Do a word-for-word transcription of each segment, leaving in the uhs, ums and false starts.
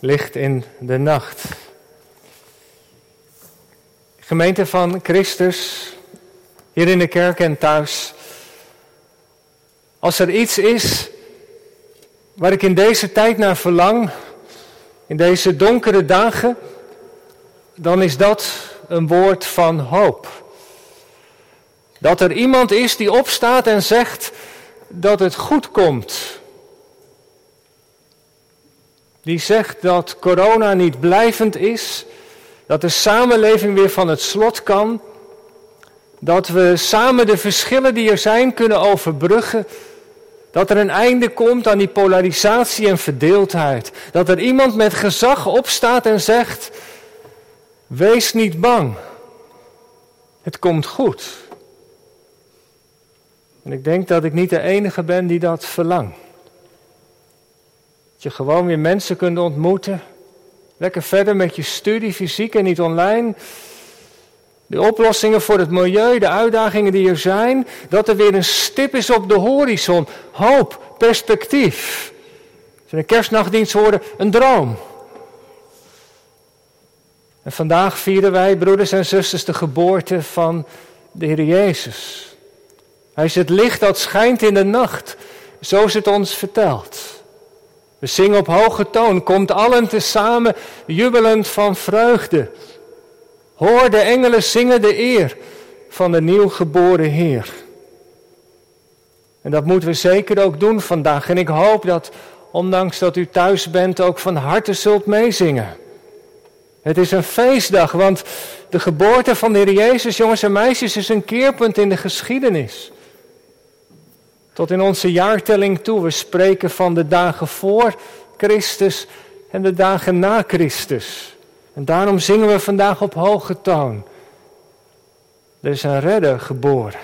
licht in de nacht. Gemeente van Christus, hier in de kerk en thuis. Als er iets is waar ik in deze tijd naar verlang, in deze donkere dagen, dan is dat een woord van hoop. Dat er iemand is die opstaat en zegt dat het goed komt. Die zegt dat corona niet blijvend is, dat de samenleving weer van het slot kan, dat we samen de verschillen die er zijn kunnen overbruggen, dat er een einde komt aan die polarisatie en verdeeldheid. Dat er iemand met gezag opstaat en zegt, wees niet bang, het komt goed. En ik denk dat ik niet de enige ben die dat verlangt. Dat je gewoon weer mensen kunt ontmoeten. Lekker verder met je studie, fysiek en niet online. De oplossingen voor het milieu, de uitdagingen die er zijn. Dat er weer een stip is op de horizon. Hoop, perspectief. Als we een kerstnachtdienst horen, een droom. En vandaag vieren wij, broeders en zusters, de geboorte van de Heer Jezus. Hij is het licht dat schijnt in de nacht. Zo is het ons verteld. We zingen op hoge toon. Komt allen tezamen jubelend van vreugde. Hoor de engelen zingen de eer van de nieuwgeboren Heer. En dat moeten we zeker ook doen vandaag. En ik hoop dat, ondanks dat u thuis bent, ook van harte zult meezingen. Het is een feestdag, want de geboorte van de Heer Jezus, jongens en meisjes, is een keerpunt in de geschiedenis. Tot in onze jaartelling toe. We spreken van de dagen voor Christus en de dagen na Christus. En daarom zingen we vandaag op hoge toon. Er is een redder geboren.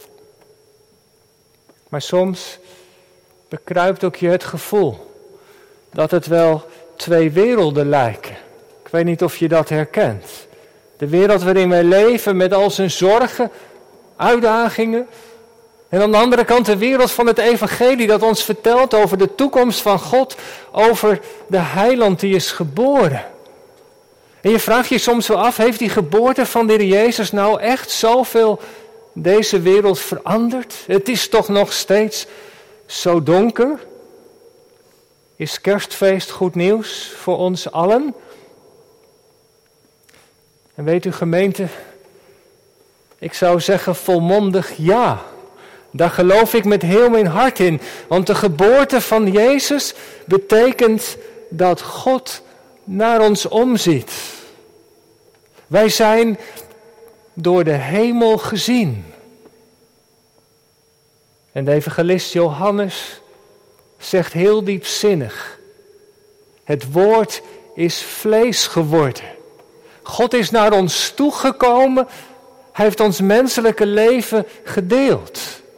Maar soms bekruipt ook je het gevoel dat het wel twee werelden lijken. Ik weet niet of je dat herkent. De wereld waarin wij leven met al zijn zorgen, uitdagingen. En aan de andere kant de wereld van het evangelie dat ons vertelt over de toekomst van God, over de heiland die is geboren. En je vraagt je soms wel af, heeft die geboorte van de Heer Jezus nou echt zoveel deze wereld veranderd? Het is toch nog steeds zo donker? Is kerstfeest goed nieuws voor ons allen? En weet u gemeente, ik zou zeggen volmondig ja. Daar geloof ik met heel mijn hart in. Want de geboorte van Jezus betekent dat God naar ons omziet. Wij zijn door de hemel gezien. En de evangelist Johannes zegt heel diepzinnig. Het woord is vlees geworden. God is naar ons toegekomen. Hij heeft ons menselijke leven gedeeld.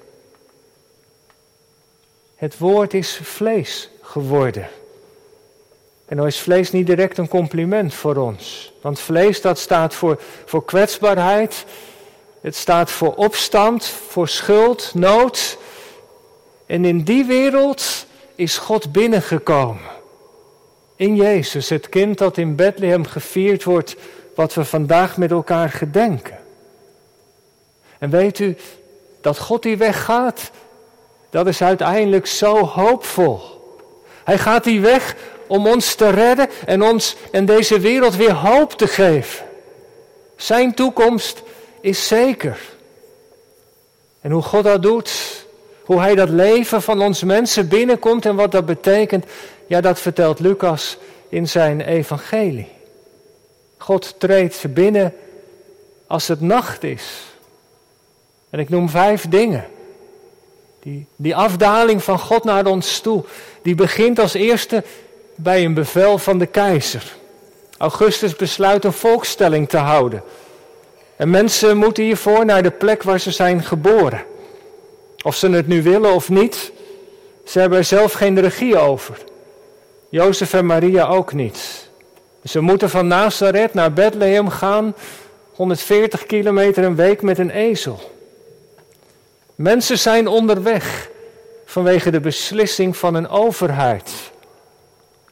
Het woord is vlees geworden. En nou is vlees niet direct een compliment voor ons. Want vlees dat staat voor, voor kwetsbaarheid. Het staat voor opstand, voor schuld, nood. En in die wereld is God binnengekomen. In Jezus, het kind dat in Bethlehem gevierd wordt, wat we vandaag met elkaar gedenken. En weet u, dat God die weg gaat, dat is uiteindelijk zo hoopvol. Hij gaat die weg om ons te redden en ons en deze wereld weer hoop te geven. Zijn toekomst is zeker. En hoe God dat doet, hoe hij dat leven van ons mensen binnenkomt en wat dat betekent, ja, dat vertelt Lucas in zijn evangelie. God treedt binnen als het nacht is. En ik noem vijf dingen. Die, die afdaling van God naar ons toe, die begint als eerste bij een bevel van de keizer. Augustus besluit een volkstelling te houden. En mensen moeten hiervoor naar de plek waar ze zijn geboren. Of ze het nu willen of niet, ze hebben er zelf geen regie over. Jozef en Maria ook niet. Ze moeten van Nazareth naar Bethlehem gaan, honderdveertig kilometer een week met een ezel. Mensen zijn onderweg vanwege de beslissing van een overheid.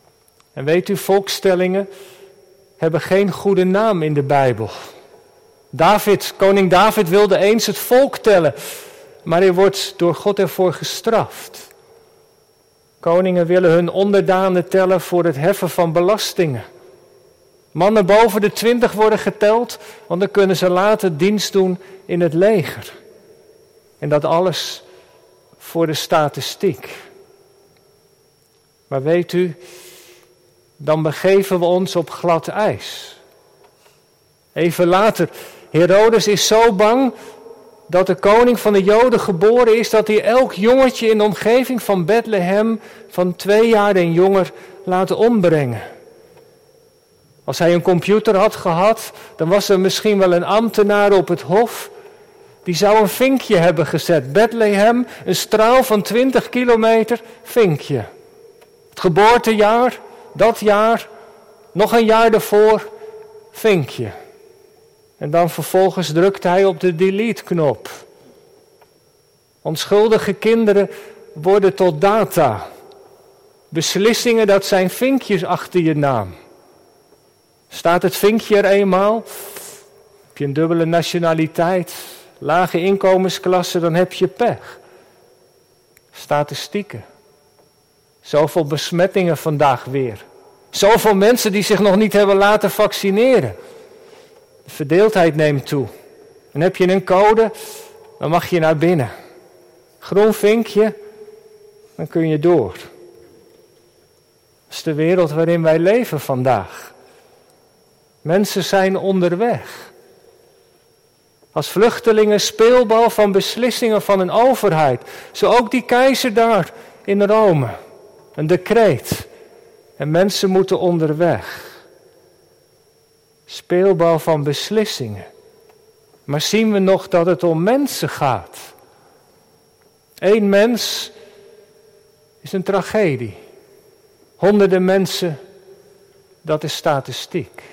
En weet u, volkstellingen hebben geen goede naam in de Bijbel. David, koning David wilde eens het volk tellen, maar hij wordt door God ervoor gestraft. Koningen willen hun onderdanen tellen voor het heffen van belastingen. Mannen boven de twintig worden geteld, want dan kunnen ze later dienst doen in het leger. En dat alles voor de statistiek. Maar weet u, dan begeven we ons op glad ijs. Even later, Herodes is zo bang dat de koning van de Joden geboren is, dat hij elk jongetje in de omgeving van Bethlehem van twee jaar en jonger laat ombrengen. Als hij een computer had gehad, dan was er misschien wel een ambtenaar op het hof. Die zou een vinkje hebben gezet. Bethlehem, een straal van twintig kilometer, vinkje. Het geboortejaar, dat jaar, nog een jaar daarvoor, vinkje. En dan vervolgens drukt hij op de delete-knop. Onschuldige kinderen worden tot data. Beslissingen, dat zijn vinkjes achter je naam. Staat het vinkje er eenmaal, heb je een dubbele nationaliteit, lage inkomensklasse, dan heb je pech. Statistieken. Zoveel besmettingen vandaag weer. Zoveel mensen die zich nog niet hebben laten vaccineren. De verdeeldheid neemt toe. En heb je een code, dan mag je naar binnen. Groen vinkje, dan kun je door. Dat is de wereld waarin wij leven vandaag. Mensen zijn onderweg. Als vluchtelingen speelbal van beslissingen van een overheid. Zo ook die keizer daar in Rome. Een decreet. En mensen moeten onderweg. Speelbal van beslissingen. Maar zien we nog dat het om mensen gaat? Eén mens is een tragedie. Honderden mensen, dat is statistiek.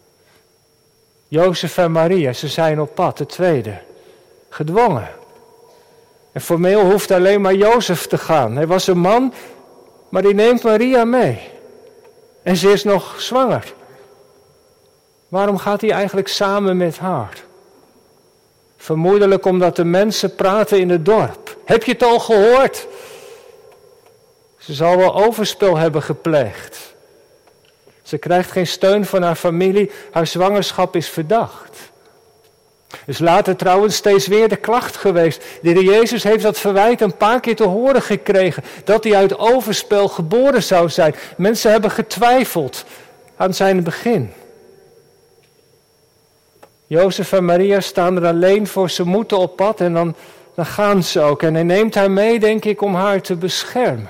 Jozef en Maria, ze zijn op pad, de tweede. Gedwongen. En formeel hoeft alleen maar Jozef te gaan. Hij was een man, maar die neemt Maria mee. En ze is nog zwanger. Waarom gaat hij eigenlijk samen met haar? Vermoedelijk omdat de mensen praten in het dorp. Heb je het al gehoord? Ze zal wel overspel hebben gepleegd. Ze krijgt geen steun van haar familie. Haar zwangerschap is verdacht. Dus later trouwens steeds weer de klacht geweest. De Heer Jezus heeft dat verwijt een paar keer te horen gekregen. Dat hij uit overspel geboren zou zijn. Mensen hebben getwijfeld aan zijn begin. Jozef en Maria staan er alleen voor. Ze moeten op pad en dan, dan gaan ze ook. En hij neemt haar mee, denk ik, om haar te beschermen.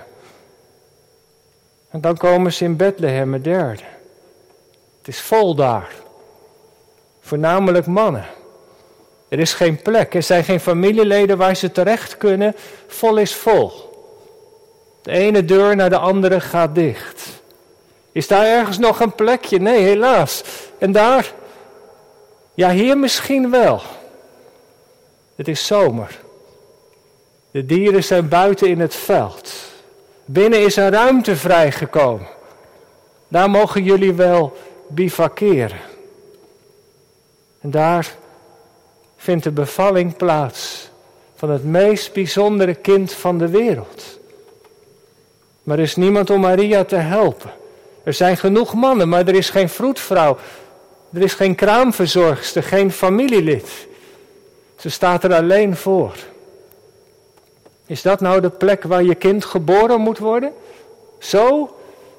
En dan komen ze in Bethlehem, het derde. Het is vol daar. Voornamelijk mannen. Er is geen plek. Er zijn geen familieleden waar ze terecht kunnen. Vol is vol. De ene deur naar de andere gaat dicht. Is daar ergens nog een plekje? Nee, helaas. En daar? Ja, hier misschien wel. Het is zomer. De dieren zijn buiten in het veld. Binnen is een ruimte vrijgekomen. Daar mogen jullie wel bivakeren. En daar vindt de bevalling plaats van het meest bijzondere kind van de wereld. Maar er is niemand om Maria te helpen. Er zijn genoeg mannen, maar er is geen vroedvrouw. Er is geen kraamverzorgster, geen familielid. Ze staat er alleen voor. Is dat nou de plek waar je kind geboren moet worden? Zo?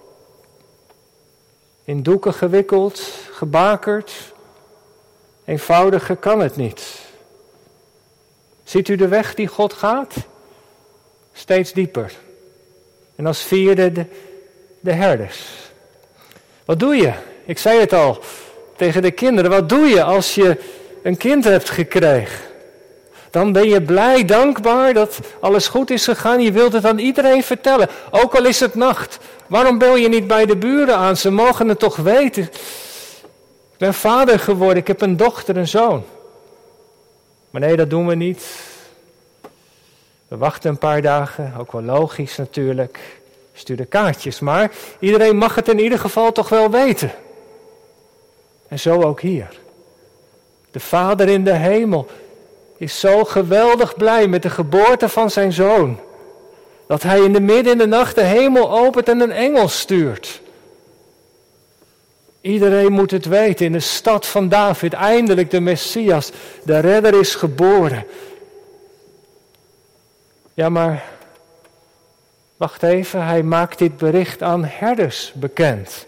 In doeken gewikkeld, gebakerd. Eenvoudiger kan het niet. Ziet u de weg die God gaat? Steeds dieper. En als vierde de, de herders. Wat doe je? Ik zei het al tegen de kinderen. Wat doe je als je een kind hebt gekregen? Dan ben je blij, dankbaar dat alles goed is gegaan. Je wilt het aan iedereen vertellen. Ook al is het nacht. Waarom bel je niet bij de buren aan? Ze mogen het toch weten. Ik ben vader geworden. Ik heb een dochter, een zoon. Maar nee, dat doen we niet. We wachten een paar dagen. Ook wel logisch natuurlijk. Stuurde kaartjes, maar iedereen mag het in ieder geval toch wel weten. En zo ook hier. De Vader in de hemel is zo geweldig blij met de geboorte van zijn Zoon, dat hij in de midden in de nacht de hemel opent en een engel stuurt. Iedereen moet het weten, in de stad van David, eindelijk de Messias, de redder is geboren. Ja, maar wacht even, hij maakt dit bericht aan herders bekend.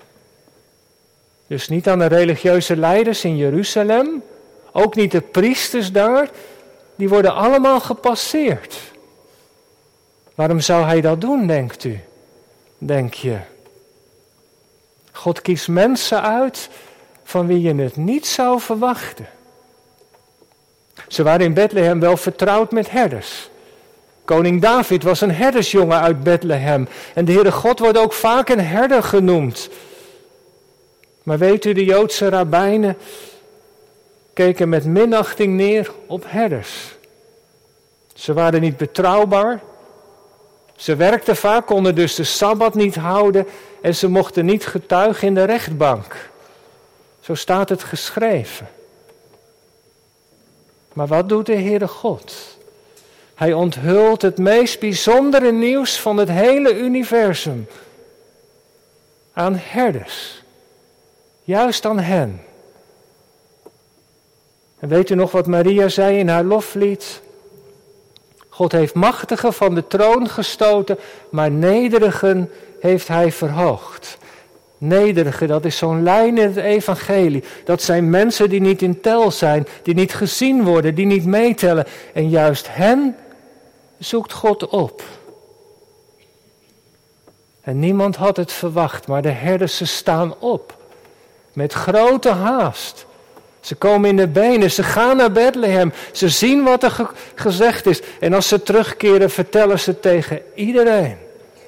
Dus niet aan de religieuze leiders in Jeruzalem, ook niet de priesters daar, die worden allemaal gepasseerd. Waarom zou hij dat doen, denkt u? Denk je? God kiest mensen uit van wie je het niet zou verwachten. Ze waren in Bethlehem wel vertrouwd met herders. Koning David was een herdersjongen uit Bethlehem. En de Heere God wordt ook vaak een herder genoemd. Maar weet u, de Joodse rabbijnen keken met minachting neer op herders. Ze waren niet betrouwbaar. Ze werkten vaak, konden dus de Sabbat niet houden en ze mochten niet getuigen in de rechtbank. Zo staat het geschreven. Maar wat doet de Heere God? Hij onthult het meest bijzondere nieuws van het hele universum aan herders. Juist aan hen. En weet u nog wat Maria zei in haar loflied? God heeft machtigen van de troon gestoten, maar nederigen heeft hij verhoogd. Nederigen, dat is zo'n lijn in het evangelie. Dat zijn mensen die niet in tel zijn, die niet gezien worden, die niet meetellen. En juist hen zoekt God op. En niemand had het verwacht, maar de herders ze staan op. Met grote haast. Ze komen in de benen, ze gaan naar Bethlehem. Ze zien wat er ge- gezegd is. En als ze terugkeren, vertellen ze tegen iedereen.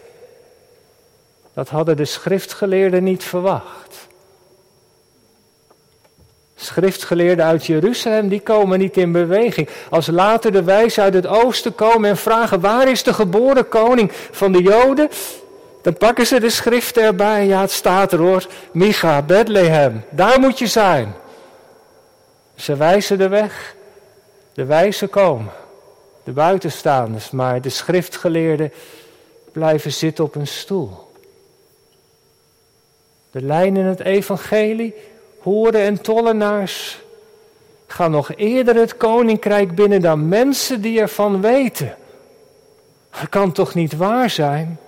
Dat hadden de schriftgeleerden niet verwacht. Schriftgeleerden uit Jeruzalem, die komen niet in beweging. Als later de wijzen uit het oosten komen en vragen, waar is de geboren koning van de Joden? Dan pakken ze de schriften erbij. Ja, het staat er hoor. Micha, Bethlehem, daar moet je zijn. Ze wijzen de weg. De wijzen komen. De buitenstaanders, maar de schriftgeleerden blijven zitten op een stoel. De lijn in het evangelie, hoeren en tollenaars gaan nog eerder het koninkrijk binnen dan mensen die ervan weten. Dat kan toch niet waar zijn?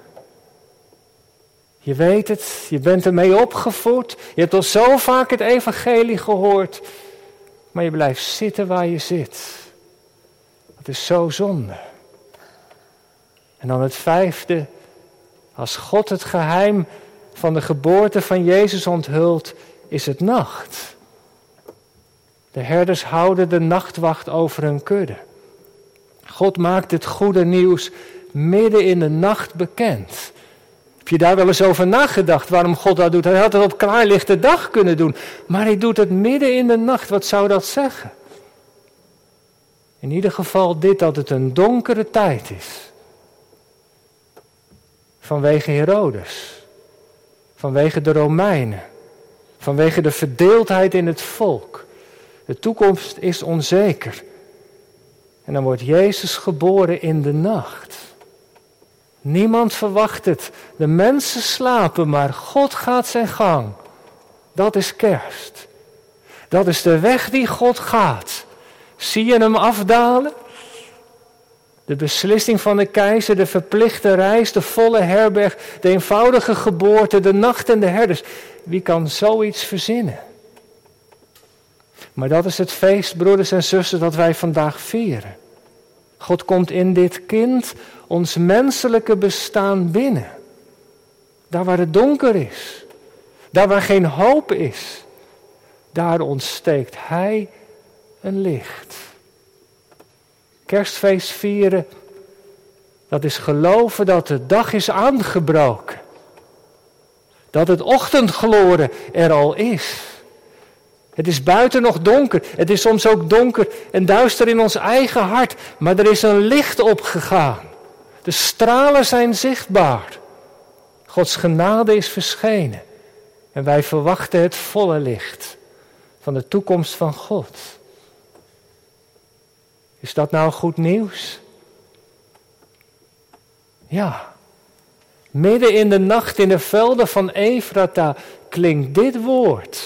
Je weet het, je bent ermee opgevoed, je hebt al zo vaak het evangelie gehoord, maar je blijft zitten waar je zit. Dat is zo zonde. En dan het vijfde, als God het geheim van de geboorte van Jezus onthult, is het nacht. De herders houden de nachtwacht over hun kudde. God maakt het goede nieuws midden in de nacht bekend. Heb je daar wel eens over nagedacht waarom God dat doet? Hij had het op klaarlichte dag kunnen doen, maar hij doet het midden in de nacht. Wat zou dat zeggen? In ieder geval dit, dat het een donkere tijd is. Vanwege Herodes. Vanwege de Romeinen. Vanwege de verdeeldheid in het volk. De toekomst is onzeker. En dan wordt Jezus geboren in de nacht. Niemand verwacht het. De mensen slapen, maar God gaat zijn gang. Dat is kerst. Dat is de weg die God gaat. Zie je hem afdalen? De beslissing van de keizer, de verplichte reis, de volle herberg, de eenvoudige geboorte, de nacht en de herders. Wie kan zoiets verzinnen? Maar dat is het feest, broeders en zusters, dat wij vandaag vieren. God komt in dit kind ons menselijke bestaan binnen. Daar waar het donker is. Daar waar geen hoop is. Daar ontsteekt hij een licht. Kerstfeest vieren, dat is geloven dat de dag is aangebroken. Dat het ochtendgloren er al is. Het is buiten nog donker. Het is soms ook donker en duister in ons eigen hart. Maar er is een licht opgegaan. De stralen zijn zichtbaar. Gods genade is verschenen. En wij verwachten het volle licht van de toekomst van God. Is dat nou goed nieuws? Ja. Midden in de nacht in de velden van Efrata klinkt dit woord.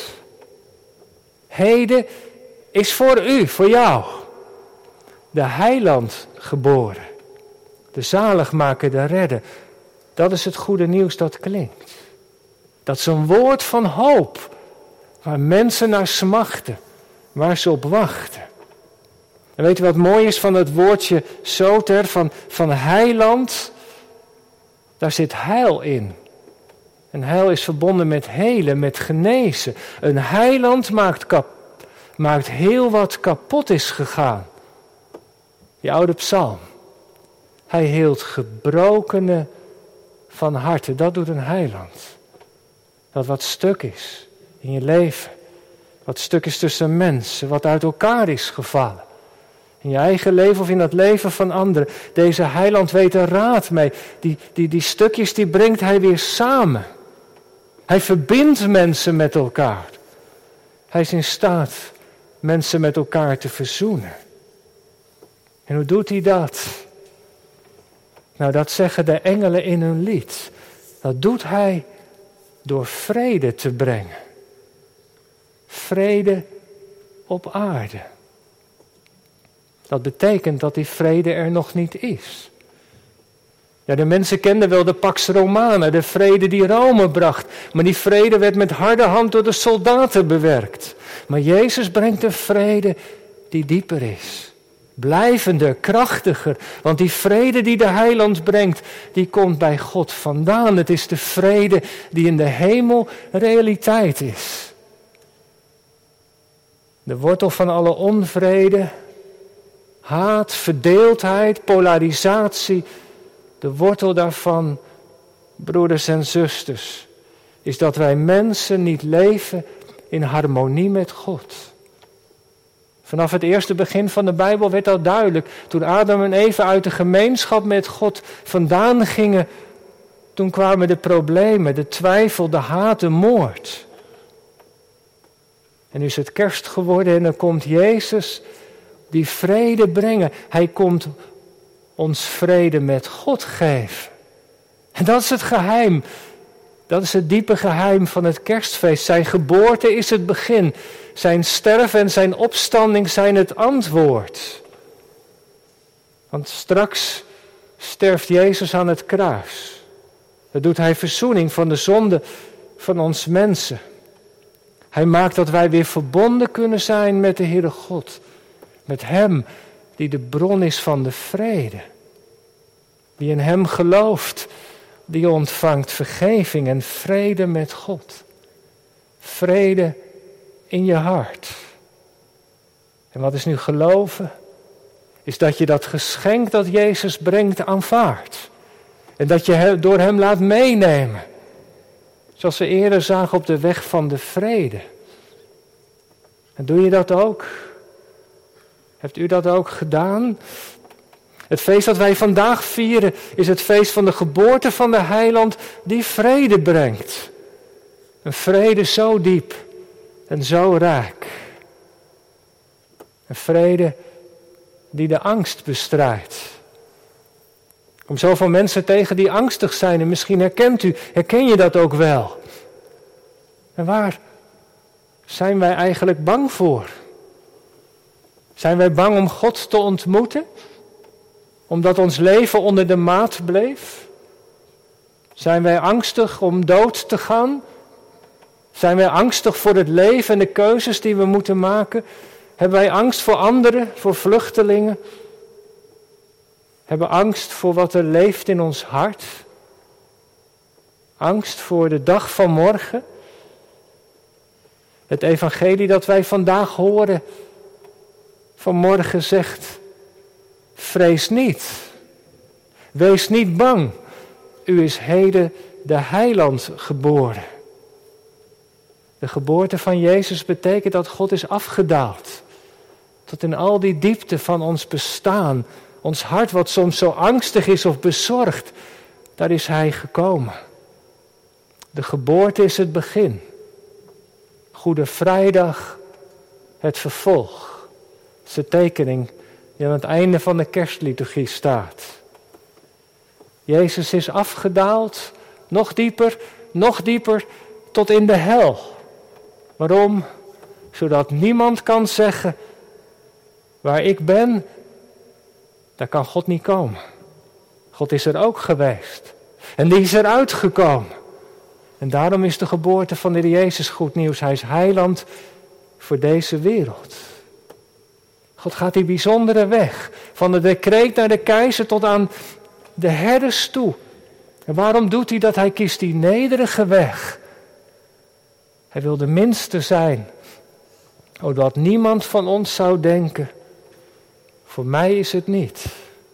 Heden is voor u, voor jou, de heiland geboren. De zaligmaker, de redder. Dat is het goede nieuws dat klinkt. Dat is een woord van hoop. Waar mensen naar smachten. Waar ze op wachten. En weet u wat mooi is van het woordje soter, van, van heiland? Daar zit heil in. En heil is verbonden met helen, met genezen. Een heiland maakt, kap, maakt heel wat kapot is gegaan. Die oude psalm. Hij heelt gebrokenen van harte. Dat doet een heiland. Dat wat stuk is in je leven. Wat stuk is tussen mensen. Wat uit elkaar is gevallen. In je eigen leven of in het leven van anderen. Deze heiland weet er raad mee. Die, die, die stukjes die brengt hij weer samen. Hij verbindt mensen met elkaar. Hij is in staat mensen met elkaar te verzoenen. En hoe doet hij dat? Nou, dat zeggen de engelen in hun lied. Dat doet hij door vrede te brengen. Vrede op aarde. Dat betekent dat die vrede er nog niet is. Ja, de mensen kenden wel de Pax Romana, de vrede die Rome bracht. Maar die vrede werd met harde hand door de soldaten bewerkt. Maar Jezus brengt een vrede die dieper is. Blijvender, krachtiger. Want die vrede die de heiland brengt, die komt bij God vandaan. Het is de vrede die in de hemel realiteit is. De wortel van alle onvrede, haat, verdeeldheid, polarisatie. De wortel daarvan, broeders en zusters, is dat wij mensen niet leven in harmonie met God. Vanaf het eerste begin van de Bijbel werd dat duidelijk. Toen Adam en Eva uit de gemeenschap met God vandaan gingen, toen kwamen de problemen, de twijfel, de haat, de moord. En nu is het kerst geworden en dan komt Jezus die vrede brengen. Hij komt ons vrede met God geven. En dat is het geheim. Dat is het diepe geheim van het kerstfeest. Zijn geboorte is het begin. Zijn sterven en zijn opstanding zijn het antwoord. Want straks sterft Jezus aan het kruis. Dat doet hij verzoening van de zonde van ons mensen. Hij maakt dat wij weer verbonden kunnen zijn met de Heere God. Met Hem die de bron is van de vrede. Wie in Hem gelooft, die ontvangt vergeving en vrede met God. Vrede in je hart. En wat is nu geloven? Is dat je dat geschenk dat Jezus brengt aanvaardt. En dat je door Hem laat meenemen. Zoals we eerder zagen op de weg van de vrede. En doe je dat ook? Hebt u dat ook gedaan? Het feest dat wij vandaag vieren is het feest van de geboorte van de heiland die vrede brengt. Een vrede zo diep en zo rijk. Een vrede die de angst bestrijdt. Ik kom zoveel mensen tegen die angstig zijn en misschien herkent u, herken je dat ook wel. En waar zijn wij eigenlijk bang voor? Zijn wij bang om God te ontmoeten? Omdat ons leven onder de maat bleef? Zijn wij angstig om dood te gaan? Zijn wij angstig voor het leven en de keuzes die we moeten maken? Hebben wij angst voor anderen, voor vluchtelingen? Hebben we angst voor wat er leeft in ons hart? Angst voor de dag van morgen? Het evangelie dat wij vandaag horen vanmorgen zegt: vrees niet, wees niet bang, u is heden de heiland geboren. De geboorte van Jezus betekent dat God is afgedaald. Tot in al die diepte van ons bestaan, ons hart wat soms zo angstig is of bezorgd, daar is Hij gekomen. De geboorte is het begin. Goede Vrijdag het vervolg. Dat is de tekening die aan het einde van de kerstliturgie staat. Jezus is afgedaald, nog dieper, nog dieper, tot in de hel. Waarom? Zodat niemand kan zeggen, waar ik ben, daar kan God niet komen. God is er ook geweest. En die is eruit gekomen. En daarom is de geboorte van de Heer Jezus goed nieuws. Hij is heiland voor deze wereld. God gaat die bijzondere weg. Van de decreet naar de keizer tot aan de herders toe. En waarom doet hij dat? Hij kiest die nederige weg. Hij wil de minste zijn. Zodat niemand van ons zou denken, voor mij is het niet.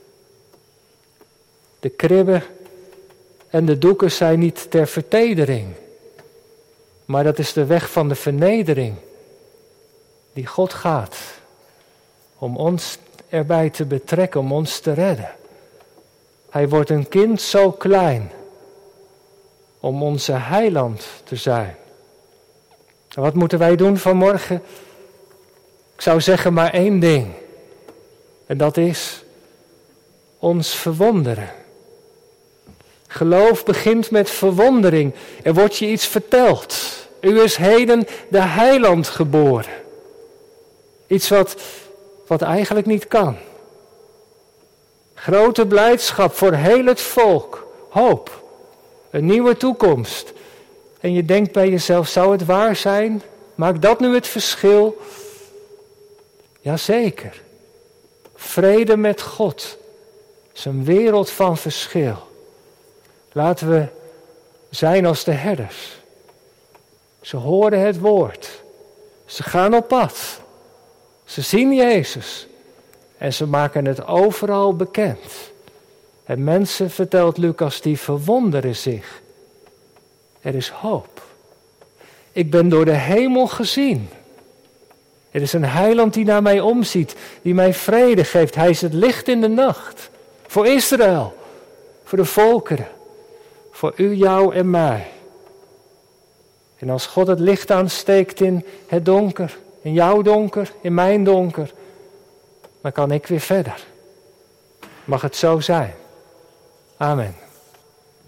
De kribben en de doeken zijn niet ter vertedering. Maar dat is de weg van de vernedering. Die God gaat. Om ons erbij te betrekken, om ons te redden. Hij wordt een kind zo klein. Om onze heiland te zijn. En wat moeten wij doen vanmorgen? Ik zou zeggen maar één ding. En dat is ons verwonderen. Geloof begint met verwondering. Er wordt je iets verteld. U is heden de heiland geboren. Iets wat, wat eigenlijk niet kan. Grote blijdschap voor heel het volk. Hoop. Een nieuwe toekomst. En je denkt bij jezelf, zou het waar zijn? Maakt dat nu het verschil? Jazeker. Vrede met God. Is een wereld van verschil. Laten we zijn als de herders. Ze horen het woord. Ze gaan op pad. Ze zien Jezus. En ze maken het overal bekend. En mensen, vertelt Lucas, die verwonderen zich. Er is hoop. Ik ben door de hemel gezien. Er is een heiland die naar mij omziet. Die mij vrede geeft. Hij is het licht in de nacht. Voor Israël. Voor de volkeren. Voor u, jou en mij. En als God het licht aansteekt in het donker. In jouw donker. In mijn donker. Dan kan ik weer verder. Mag het zo zijn. Amen.